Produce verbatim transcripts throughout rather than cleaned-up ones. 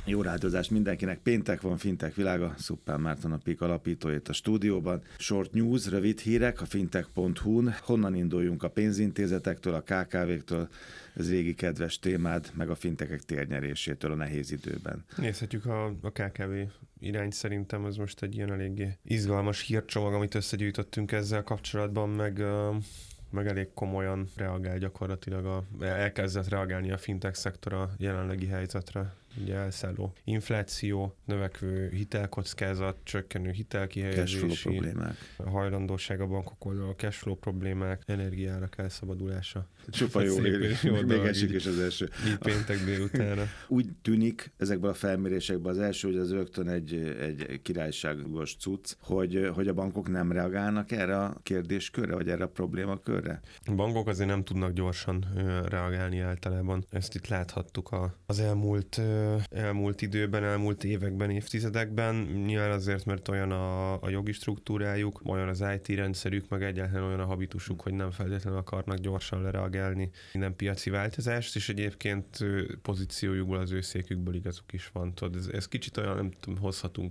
Jó rádiózást mindenkinek. Péntek van, Fintech Világa, Szuppán Márton a Pik alapítójét a stúdióban. Short news, rövid hírek a fintech pont hu-n. Honnan induljunk? A pénzintézetektől, a ká ká véktől, ez régi kedves témád, meg a fintechek térnyerésétől a nehéz időben. Nézhetjük a, a ká ká vé irányt, szerintem ez most egy ilyen eléggé izgalmas hírcsomag, amit összegyűjtöttünk ezzel kapcsolatban, meg... meg elég komolyan reagál gyakorlatilag, a, elkezdett reagálni a fintech szektor a jelenlegi helyzetre. Ugye elszálló infláció, növekvő hitelkockázat, csökkenő hitelkihelyezési hajlandóság a bankok oldalról, cashflow problémák, energiárak elszabadulása. Csupa jó hír, még esik is az első. Így péntek délutánra. Úgy tűnik ezekben a felmérésekben az első, hogy az rögtön egy, egy királyságos cucc, hogy, hogy a bankok nem reagálnak erre a kérdéskörre, vagy erre a problémakörre? A bankok azért nem tudnak gyorsan reagálni általában. Ezt itt láthattuk a, az elmúlt elmúlt időben, elmúlt években, évtizedekben. Nyilván azért, mert olyan a, a jogi struktúrájuk, olyan az i té rendszerük, meg egyáltalán olyan a habitusuk, hogy nem feltétlenül akarnak gyorsan lereagálni minden piaci változást, és egyébként pozíciójukból, az ő székükből igazuk is van. Tudod, ez, ez kicsit olyan, nem tudom, hozhatunk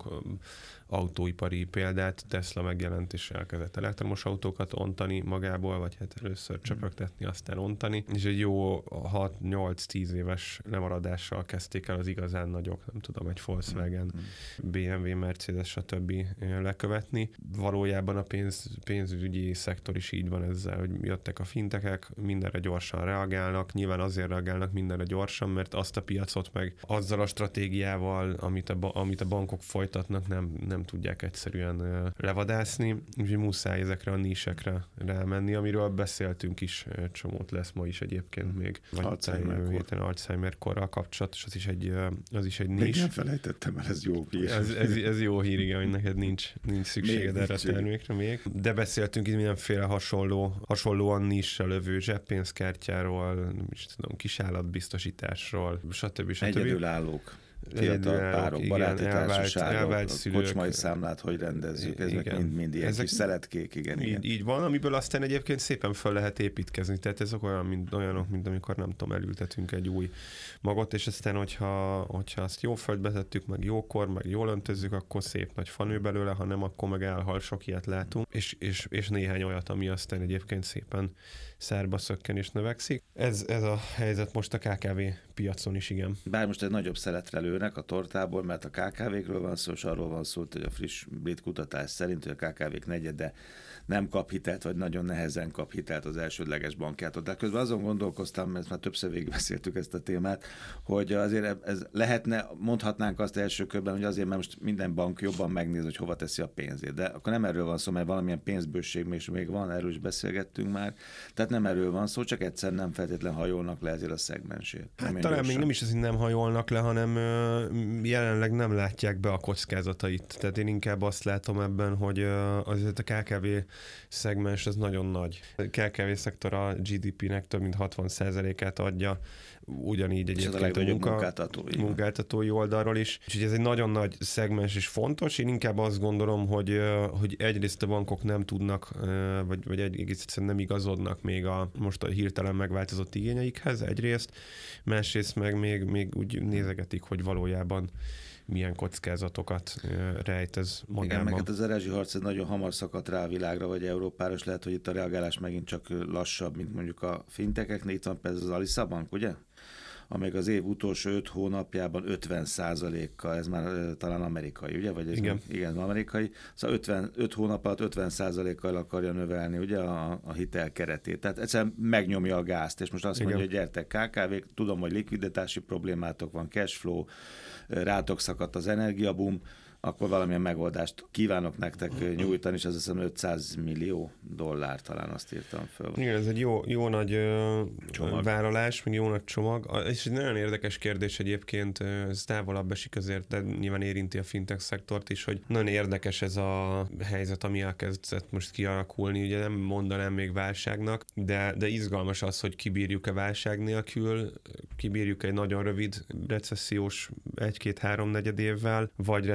autóipari példát, Tesla megjelent és elkezdett elektromos autókat ontani magából, vagy hát először csöpögtetni, aztán ontani, és egy jó hat-nyolc-tíz éves lemaradással kezdték el az igazán nagyok, nem tudom, egy Volkswagen, bé em vé, Mercedes, stb. Lekövetni. Valójában a pénz, pénzügyi szektor is így van ezzel, hogy jöttek a fintekek, mindenre gyorsan reagálnak, nyilván azért reagálnak mindenre gyorsan, mert azt a piacot meg azzal a stratégiával, amit a, amit a bankok folytatnak, nem, nem tudják egyszerűen levadászni, úgyhogy muszáj ezekre a nísekre rámenni, amiről beszéltünk is, csomót lesz ma is egyébként még. Alzheimer-kor. Alzheimer-korral kapcsolatos, az is egy, az is egy nis. Még nem felejtettem el, ez jó hír. Ez, ez, ez jó hír, igen, hogy neked nincs, nincs szükséged még erre a termékre még. De beszéltünk itt mindenféle hasonló, hasonlóan nissel lövő zseppénzkártyáról, nem is tudom, kisállatbiztosításról, stb. stb. Egyedülállók. Fiatal párok, igen, baráti elvált, társaságok, elvált szülők, kocsmai számlát hogy rendezzük, ezek mind, mind ilyen ezek kis szeletkék, igen, így, igen. Így van, amiből aztán egyébként szépen föl lehet építkezni, tehát ezek olyan, mint, olyanok, mint amikor nem tudom, elültetünk egy új magot, és aztán, hogyha, hogyha azt jó földbe tettük, meg jókor, meg jól öntözzük, akkor szép nagy fa nő belőle, ha nem, akkor meg elhal, sok ilyet látunk, és, és, és néhány olyat, ami aztán egyébként szépen szárba szökken és növekszik. Ez, ez a helyzet most a ká ká vé piacon is, igen. Bár most egy nagyobb szeletre lőnek a tortából, mert a ká ká vékről van szó, és arról van szó, hogy a friss brit kutatás szerint, hogy a ká ká vék negyede nem kap hitelt, vagy nagyon nehezen kap hitelt az elsődleges bankjától. De közben azon gondolkoztam, mert már többször végigbeszéltük ezt a témát, hogy azért ez lehetne, mondhatnánk azt első körben, hogy azért, mert most minden bank jobban megnéz, hogy hova teszi a pénzét. De akkor nem erről van szó, mert valamilyen pénzbőség még, még van, erről is beszélgettünk már. Tehát nem erről van szó, csak egyszer nem feltétlen hajolnak le ezért a szegmensért. Hát talán gyorsan. Még nem is az, hogy nem hajolnak le, hanem jelenleg nem látják be a kockázatait. Tehát én inkább azt látom ebben, hogy azért a ká ká vé szegmens az nagyon nagy. A ká ká vé szektor a gé dé pének több mint hatvan százalékát adja, ugyanígy egyébként a, a munka, munkáltatói, munkáltatói oldalról is. Úgyhogy ez egy nagyon nagy szegmens és fontos. Én inkább azt gondolom, hogy, hogy egyrészt a bankok nem tudnak, vagy, vagy egész egyszerűen nem igazodnak még a most a hirtelen megváltozott igényeikhez egyrészt, másrészt meg még, még úgy nézegetik, hogy valójában milyen kockázatokat rejt ez magában. Igen, meg hát az erezsi harc nagyon hamar szakadt rá a világra, vagy Európára, és lehet, hogy itt a reagálás megint csak lassabb, mint mondjuk a fintekeknél. Itt van például az Alisa Bank, ugye? Amíg az év utolsó öt hónapjában ötven százalékkal, ez már talán amerikai, ugye? Vagy ez igen. Már, igen, amerikai. Szóval ötven, öt hónap alatt ötven százalékkal akarja növelni, ugye, a, a hitel keretét. Tehát egyszerűen megnyomja a gázt, és most azt igen. mondja, hogy gyertek ká ká vék, tudom, hogy likviditási problémátok van, cashflow, rátok szakadt az energiabum, akkor valamilyen megoldást kívánok nektek nyújtani, és az hiszem ötszáz millió dollár, talán azt írtam föl. Igen, ez egy jó, jó nagy ö, vállalás, meg jó nagy csomag, és egy nagyon érdekes kérdés egyébként, ez távolabb esik azért, de nyilván érinti a fintech szektort is, hogy nagyon érdekes ez a helyzet, ami elkezdett most kialakulni, ugye nem mondanám még válságnak, de, de izgalmas az, hogy kibírjuk-e válság nélkül, kibírjuk egy nagyon rövid recessziós egy-két-három negyed évvel, vagy recesszió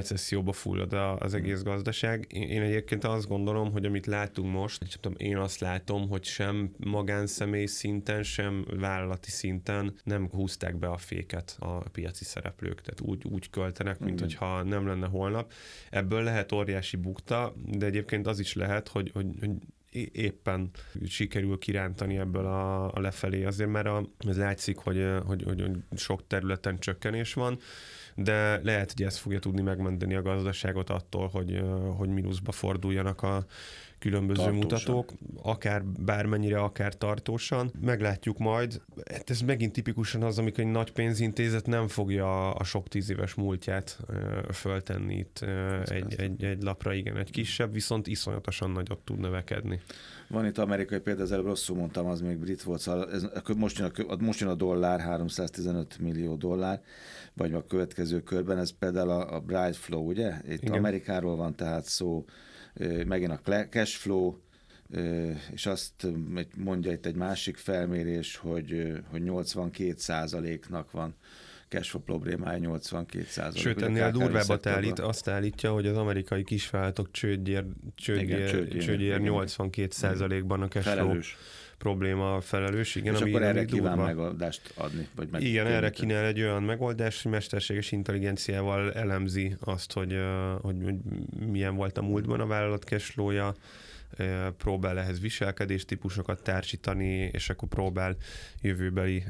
recesszióba fullad az egész gazdaság. Én egyébként azt gondolom, hogy amit látunk most, én azt látom, hogy sem magánszemély szinten, sem vállalati szinten nem húzták be a féket a piaci szereplők. Tehát úgy, úgy költenek, mint Igen. hogyha nem lenne holnap. Ebből lehet óriási bukta, de egyébként az is lehet, hogy, hogy, hogy éppen sikerül kirántani ebből a, a lefelé. Azért mert a, ez látszik, hogy, hogy, hogy sok területen csökkenés van, de lehet, hogy ez fogja tudni megmenteni a gazdaságot attól, hogy, hogy mínuszba forduljanak a különböző tartósan mutatók, akár bármennyire, akár tartósan. Meglátjuk majd. Ez megint tipikusan az, amikor egy nagy pénzintézet nem fogja a sok tíz éves múltját föltenni itt egy, egy, egy lapra, igen, egy kisebb, viszont iszonyatosan nagyot tud növekedni. Van itt amerikai példa, az előbb rosszul mondtam, az még brit volt, szóval ez, most, jön a, most jön a dollár, háromszáztizenöt millió dollár, vagy a következő körben, ez például a, a Bright Flow, ugye? Itt igen. Amerikáról van tehát szó, megint a cash flow, és azt mondja itt egy másik felmérés, hogy, hogy nyolcvankét százaléknak van cash flow problémája, nyolcvankét százalék. Sőt, ennél durvábbat állít, azt állítja, hogy az amerikai kisvállalatok csődjér, csődjér, csődjér, csődjér nyolcvankét százalékban a cash flow felelős probléma felelős. Igen, és ami akkor erre durva. kíván megoldást adni? Vagy meg igen, erre kínál egy olyan megoldás, hogy mesterséges intelligenciával elemzi azt, hogy, hogy, hogy milyen volt a múltban a vállalat cash flow-ja, próbál ehhez viselkedés típusokat társítani, és akkor próbál jövőbeli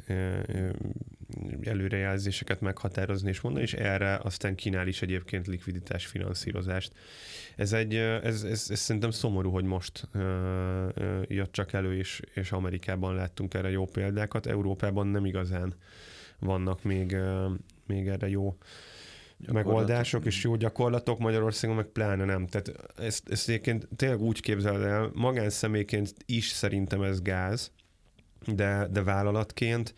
előrejelzéseket meghatározni és mondani, és erre aztán kínál is egyébként likviditás finanszírozást. Ez, egy, ez, ez, ez szerintem szomorú, hogy most jött csak elő, és, és Amerikában láttunk erre jó példákat. Európában nem igazán vannak még, még erre jó megoldások és jó gyakorlatok, Magyarországon meg pláne nem. Tehát ezt, ezt egyébként tényleg úgy képzeled el, magánszemélyként is szerintem ez gáz, de, de vállalatként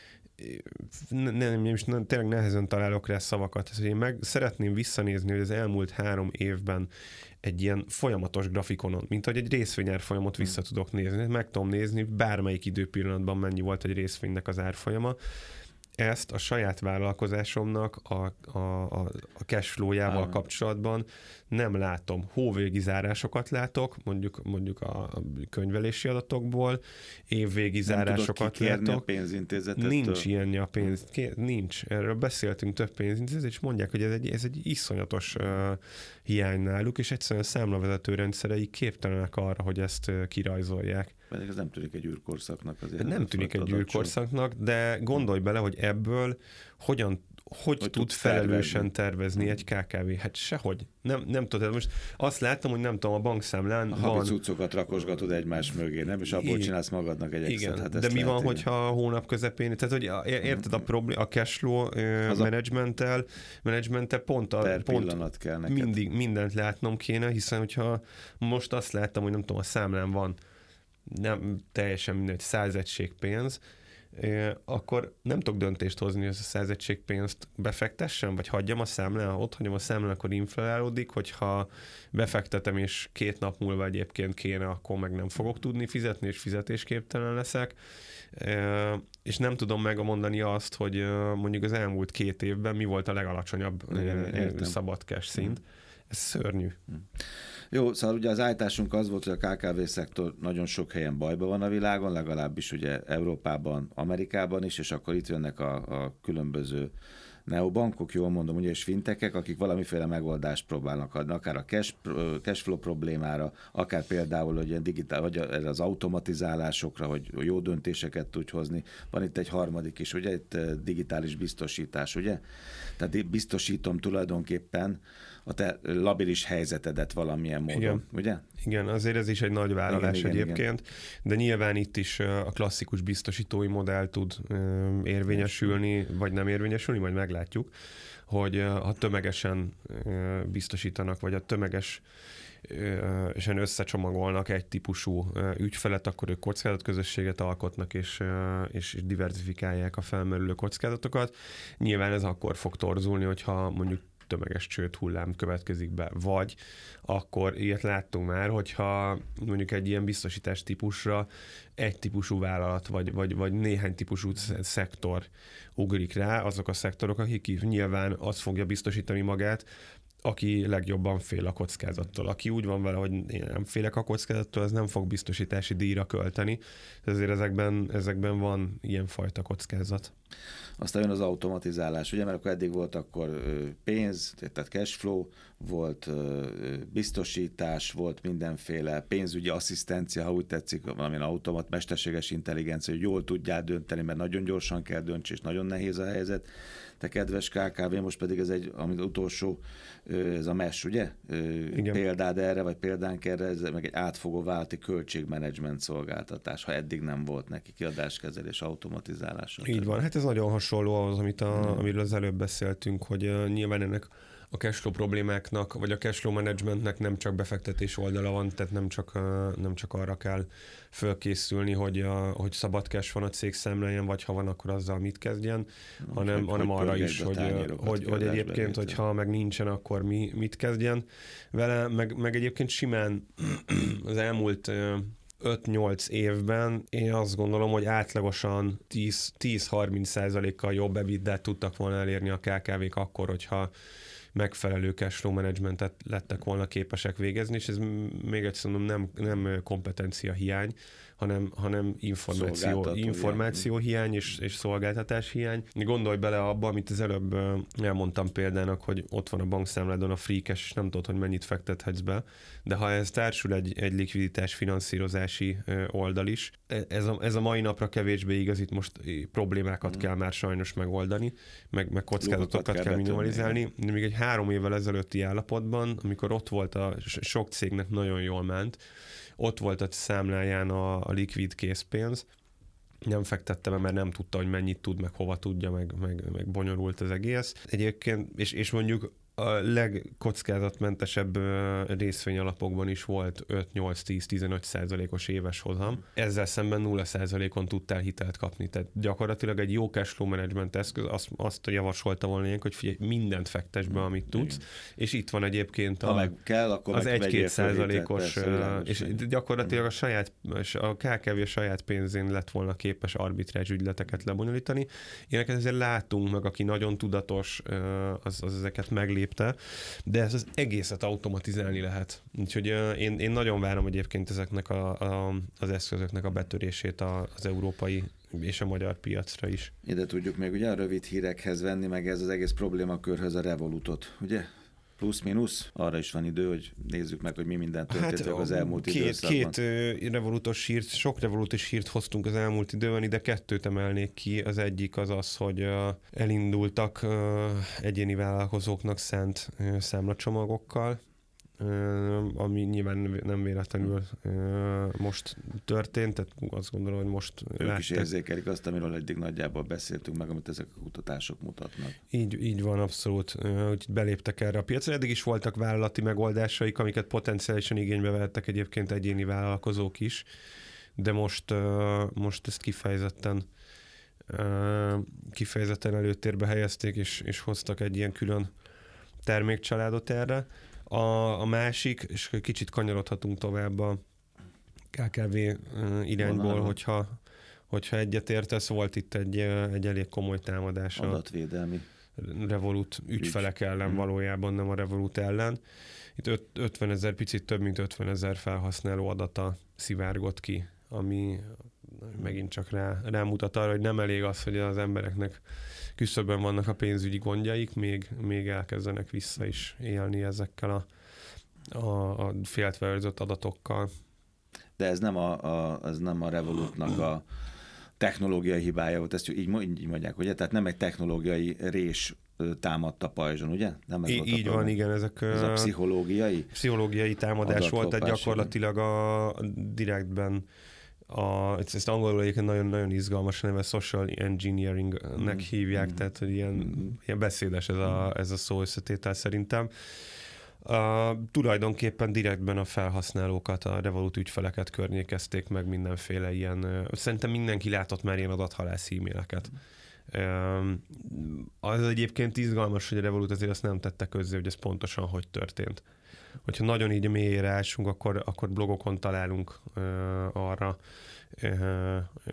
nem, nem, nem, nem, tényleg nehezen találok rá szavakat. Ez, én meg szeretném visszanézni, hogy az elmúlt három évben egy ilyen folyamatos grafikonon, mint hogy egy részvényárfolyamot vissza tudok nézni. Meg tudom nézni, bármelyik időpillanatban mennyi volt egy részvénynek az árfolyama. Ezt a saját vállalkozásomnak a, a, a cash flow-jával ah. kapcsolatban nem látom. Hóvégi zárásokat látok, mondjuk, mondjuk a könyvelési adatokból, évvégi zárásokat látok. A pénzintézetettől? Nincs ilyenje a pénz, nincs. Erről beszéltünk több pénzintézet, és mondják, hogy ez egy, ez egy iszonyatos uh, hiány náluk, és egyszerűen a számlavezető rendszerei képtelenek arra, hogy ezt uh, kirajzolják. Pedig ez nem tűnik egy űrkorszaknak. Azért nem tűnik egy űrkorszaknak, de gondolj bele, hogy ebből hogyan, hogy, hogy tud felelősen tervezni hmm. egy ká ká vé? Hát sehogy. Nem, nem tudod. Most azt láttam, hogy nem tudom, a bankszámlán a van... havi cuccokat rakosgatod egymás mögé, nem? És abból csinálsz magadnak egy exet. Hát de mi van, hogyha a hónap közepén... Tehát, hogy érted a, problém, a cashflow uh, menedzsmenttel, menedzsmenttel pont a... Per pont pillanat kell neked. Mindig, mindent látnom kéne, hiszen hogyha most azt láttam, hogy nem tudom, a számlán van nem teljesen mindegy, száz egység pénz, akkor nem tudok döntést hozni, hogy a száz egység pénzt befektessem, vagy hagyjam a számlán, ha ott hagyom a számlán, akkor inflálódik, hogyha befektetem, és két nap múlva egyébként kéne, akkor meg nem fogok tudni fizetni, és fizetésképtelen leszek. És nem tudom megmondani azt, hogy mondjuk az elmúlt két évben mi volt a legalacsonyabb szabad cash szint. Ez szörnyű. Jó, szóval ugye az állításunk az volt, hogy a ká ká vé szektor nagyon sok helyen bajban van a világon, legalábbis ugye Európában, Amerikában is, és akkor itt jönnek a, a különböző neobankok, jól mondom, ugye, és fintekek, akik valamiféle megoldást próbálnak adni, akár a cash, cash flow problémára, akár például hogy ilyen digitál, vagy erre az automatizálásokra, hogy jó döntéseket tudj hozni. Van itt egy harmadik is, ugye, itt digitális biztosítás, ugye? Tehát biztosítom tulajdonképpen a te labilis helyzetedet valamilyen módon, igen. ugye? Igen, azért ez is egy nagy vállalás igen, egyébként, igen. De nyilván itt is a klasszikus biztosítói modell tud érvényesülni, vagy nem érvényesülni, majd meglátjuk, hogy ha tömegesen biztosítanak, vagy a tömeges és összecsomagolnak egy típusú ügyfelet, akkor ők kockázatközösséget alkotnak, és, és diversifikálják a felmerülő kockázatokat. Nyilván ez akkor fog torzulni, hogyha mondjuk tömeges csőd hullám következik be, vagy akkor ilyet láttunk már, hogyha mondjuk egy ilyen biztosítás típusra egy típusú vállalat, vagy, vagy, vagy néhány típusú szektor ugrik rá, azok a szektorok, akik nyilván azt fogja biztosítani magát, aki legjobban fél a kockázattól. Aki úgy van vele, hogy én nem félek a kockázattól, az nem fog biztosítási díjra költeni. Ezért ezekben, ezekben van ilyenfajta kockázat. Aztán jön az automatizálás, ugye, mert akkor eddig volt akkor pénz, tehát cashflow, volt biztosítás, volt mindenféle pénzügyi asszisztencia, ha úgy tetszik, valamilyen automat, mesterséges intelligencia, hogy jól tudjál dönteni, mert nagyon gyorsan kell dönts, és nagyon nehéz a helyzet. Te kedves ká ká vé, most pedig ez egy, amit utolsó, ez a mesh, ugye? Igen. Példád erre, vagy példánk erre, ez meg egy átfogó vállalati költségmenedzsment szolgáltatás, ha eddig nem volt neki kiadáskezelés, automatizálás. Így van, hát ez nagyon hasonló ahhoz, amit a, amiről az előbb beszéltünk, hogy uh, nyilván ennek a cashflow problémáknak, vagy a cashflow managementnek nem csak befektetés oldala van, tehát nem csak, uh, nem csak arra kell fölkészülni, hogy, uh, hogy szabad cash van a cég számláján, vagy ha van, akkor azzal mit kezdjen, no, hanem, hogy, hanem hogy arra is, hogy, hogy, hogy egyébként, hogyha meg nincsen, akkor mi, mit kezdjen vele, meg, meg egyébként simán az elmúlt uh, öt-nyolc évben én azt gondolom, hogy átlagosan tíz-harminc százalékkal jobb ebitdát tudtak volna elérni a ká ká vék akkor, hogyha megfelelő cashflow managementet lettek volna képesek végezni, és ez még egyszer mondom, nem, nem kompetencia hiány, hanem, hanem információ, információ hiány és, és szolgáltatás hiány. Gondolj bele abba, amit az előbb elmondtam példának, hogy ott van a bankszámládon a free cash, és nem tudod, hogy mennyit fektethetsz be, de ha ez társul egy, egy likviditás finanszírozási oldal is, ez a, ez a mai napra kevésbé igaz, itt most problémákat mm. kell már sajnos megoldani, meg, meg kockázatokat kell, kell minimalizálni. De még egy három évvel ezelőtti állapotban, amikor ott volt a sok cégnek nagyon jól ment, ott volt a számláján a, a likvid készpénz, nem fektette be, mert nem tudta, hogy mennyit tud, meg hova tudja, meg, meg, meg bonyolult az egész. Egyébként, és, és mondjuk a legkockázatmentesebb részvényalapokban is volt öt-nyolc-tíz-tizenöt százalékos éves hozam. Ezzel szemben nulla százalékon tudtál hitelt kapni. Tehát gyakorlatilag egy jó cashflow management eszköz azt, azt javasolta volna ilyenek, hogy figyelj, mindent fektess be, amit tudsz. Igen. És itt van egyébként a, meg kell, akkor az egy-két százalékos, és gyakorlatilag a saját, a ká ká vé a saját pénzén lett volna képes arbitrázs ügyleteket lebonyolítani. Ilyeneket ezért látunk meg, aki nagyon tudatos, az, az ezeket meglép, de ez az egészet automatizálni lehet. Úgyhogy én, én nagyon várom egyébként ezeknek a, a, az eszközöknek a betörését az európai és a magyar piacra is. Ide tudjuk még ugye a rövid hírekhez venni, meg ez az egész problémakörhöz a Revolutot, ugye? Plusz-minusz, arra is van idő, hogy nézzük meg, hogy mi minden történt hát, az elmúlt két, időszakban. Két revolutos hírt, sok revolutos hírt hoztunk az elmúlt időben, ide kettőt emelnék ki. Az egyik az az, hogy elindultak egyéni vállalkozóknak szánt számlacsomagokkal, ami nyilván nem véletlenül most történt, tehát azt gondolom, hogy most ők látták. Is érzékelik azt, amiről eddig nagyjából beszéltünk meg, amit ezek a kutatások mutatnak. Így, így van, abszolút, hogy beléptek erre a piacra. Eddig is voltak vállalati megoldásaik, amiket potenciálisan igénybe vehettek egyébként egyéni vállalkozók is, de most, most ezt kifejezetten kifejezetten előtérbe helyezték, és, és hoztak egy ilyen külön termékcsaládot erre. A, a másik, és kicsit kanyarodhatunk tovább a ká ká vé irányból, hogyha, hogyha egyetértesz, volt itt egy, egy elég komoly támadás adatvédelmi a Revolut ügyfelek ellen, hmm. valójában nem a Revolut ellen. Itt ötven ezer, picit több mint ötven ezer felhasználó adata szivárgott ki, ami megint csak rá, rámutat arra, hogy nem elég az, hogy az embereknek küszöbben vannak a pénzügyi gondjaik, még, még elkezdenek vissza is élni ezekkel a, a, a féltve őrzött adatokkal. De ez nem a, a, ez nem a Revolutnak a technológiai hibája volt, ezt így, így mondják, ugye? Tehát nem egy technológiai rés támadta pajzson, ugye? Nem ez I- volt így a van, igen. Ezek ez a pszichológiai? Pszichológiai támadás volt, tehát gyakorlatilag a direktben A, ezt angolul egyébként nagyon-nagyon izgalmas neve, social engineeringnek mm. hívják, mm. tehát hogy ilyen, mm. ilyen beszédes ez a, ez a szó összetétel szerintem. Uh, tulajdonképpen direktben a felhasználókat, a Revolut ügyfeleket környékezték meg mindenféle ilyen, uh, szerintem mindenki látott már ilyen adathalász e-maileket. Uh, az egyébként izgalmas, hogy a Revolut azért azt nem tette közzé, hogy ez pontosan hogy történt. hogyha nagyon így mélyére ásunk, akkor, akkor blogokon találunk uh, arra uh,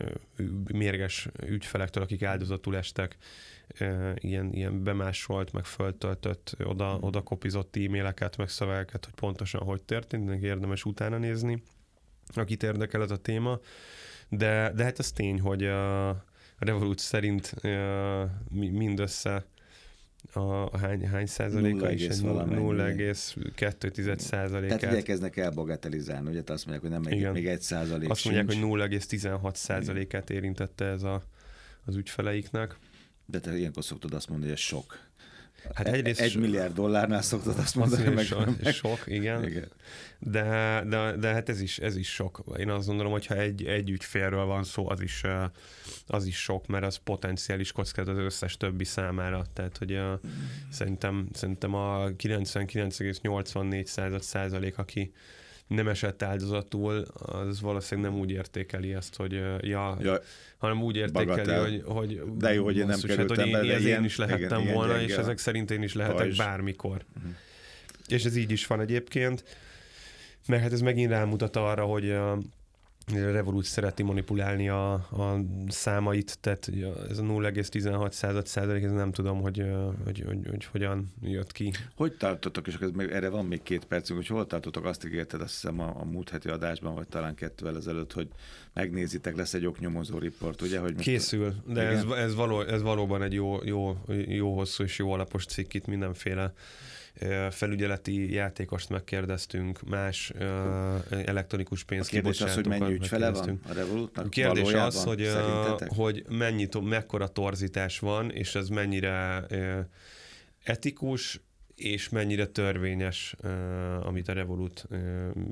mérges ügyfelektől, akik áldozatul estek, uh, ilyen, ilyen bemásolt, meg föltöltött, oda, oda kopizott e-maileket, meg szövegeket, hogy pontosan hogy történt, érdemes utána nézni, akit érdekel ez a téma. De, de hát az tény, hogy a, a Revolut szerint uh, mindössze a, a hány, hány százaléka is? nulla egész kettő százalékát. Tehát igyekeznek elbagatelizálni, ugye? Azt mondják, hogy nem még, még egy százalék Azt mondják, sincs. Hogy nulla egész tizenhat százalékát érintette ez a, az ügyfeleiknek. De te ilyenkor szoktad azt mondani, hogy ez sok. Hát egyrészt egy milliárd dollárnál szoktad azt mondani, azt meg, sok, meg... sok, igen. igen. De, de, de hát ez is, ez is sok. Én azt gondolom, hogy ha egy, egy ügyfélről van szó, az is, az is sok, mert az potenciális kockázat az összes többi számára. Tehát, hogy a, mm. szerintem, szerintem a kilencvenkilenc egész nyolcvannégy százalék, aki nem esett áldozatul, az valószínűleg nem úgy értékeli ezt, hogy ja, ja hanem úgy értékeli, bagatel. hogy, hogy de jó, hogy én nem kerültem hát, hogy én, ilyen, én is lehettem igen, volna, és ezek szerint én is lehetek Bajs. bármikor. Uh-huh. És ez így is van egyébként, mert hát ez megint rámutat arra, hogy a Revolut szereti manipulálni a, a számait, tehát ez a nulla egész tizenhat százalék, ez nem tudom, hogy, hogy, hogy, hogy hogyan jött ki. Hogy tartotok, és akkor meg, erre van még két percünk, hogy hol tartotok, azt ígérted, azt hiszem a, a múlt heti adásban, vagy talán kettővel ezelőtt, hogy megnézitek, lesz egy oknyomozó riport, ugye? Hogy Készül, a... de ez, ez, való, ez valóban egy jó, jó, jó hosszú és jó alapos cikk, itt mindenféle felügyeleti játékost megkérdeztünk, más uh, elektronikus pénzkibocsátókat megkérdeztünk. A kérdés az, hogy mennyi ügyfele van a Revolutnak? A kérdés az, hogy, uh, hogy mennyi, mekkora torzítás van, és ez mennyire uh, etikus, és mennyire törvényes, uh, amit a Revolut uh,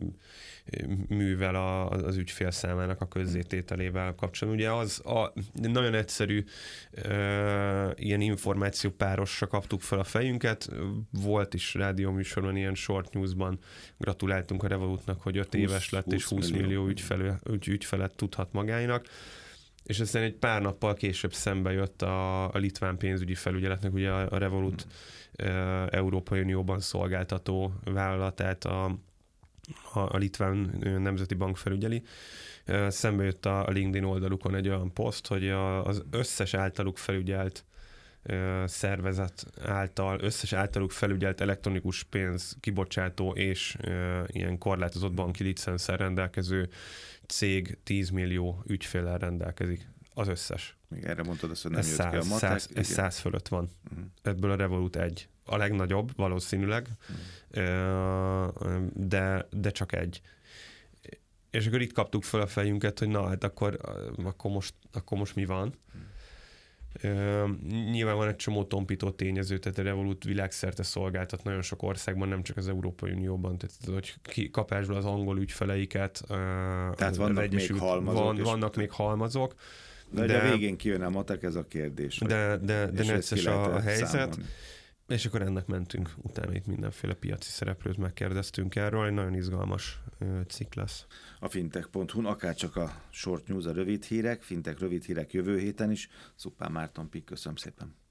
művel a, az ügyfél számának a közzétételével kapcsolatban. Ugye az a nagyon egyszerű uh, ilyen információpárosra kaptuk fel a fejünket. Volt is rádióműsorban, ilyen short newsban gratuláltunk a Revolutnak, hogy öt éves lett, és húsz millió ügyfele, ügy, ügyfelet tudhat magáinak. És aztán egy pár nappal később szembe jött a, a litván pénzügyi felügyeletnek, ugye a, a Revolut hmm. uh, Európai Unióban szolgáltató vállalatát, a a, a litván nemzeti bank felügyeli. Szembe jött a LinkedIn oldalukon egy olyan poszt, hogy a, az összes általuk felügyelt szervezet által, összes általuk felügyelt elektronikus pénz kibocsátó és ilyen korlátozott banki licenszel rendelkező cég tíz millió ügyféllel rendelkezik. Az összes. Még erre mondtad azt, hogy nem ez jött ki a matek. Száz, ez száz fölött van. Uh-huh. Ebből a Revolut egy. A legnagyobb valószínűleg, uh-huh. de, de csak egy. És akkor itt kaptuk fel a fejünket, hogy na, hát akkor, akkor, most, akkor most mi van? Uh, nyilván van egy csomó tompító tényező, tehát a Revolut világszerte szolgáltat nagyon sok országban, nem csak az Európai Unióban, tehát hogy ki, kapásból az angol ügyfeleiket. Uh, tehát vannak még halmazok. Van, vannak még halmazok. De, de a végén kijön a matek, ez a kérdés. De, de, de necces a, a helyzet. Számolni. És akkor ennek mentünk. Utána itt mindenféle piaci szereplőt megkérdeztünk erről. Egy nagyon izgalmas uh, cikk lesz. A fintech pont hu-n, akár csak a short news, a rövid hírek, fintech rövid hírek jövő héten is. Szuppán Márton Pik, köszönöm szépen.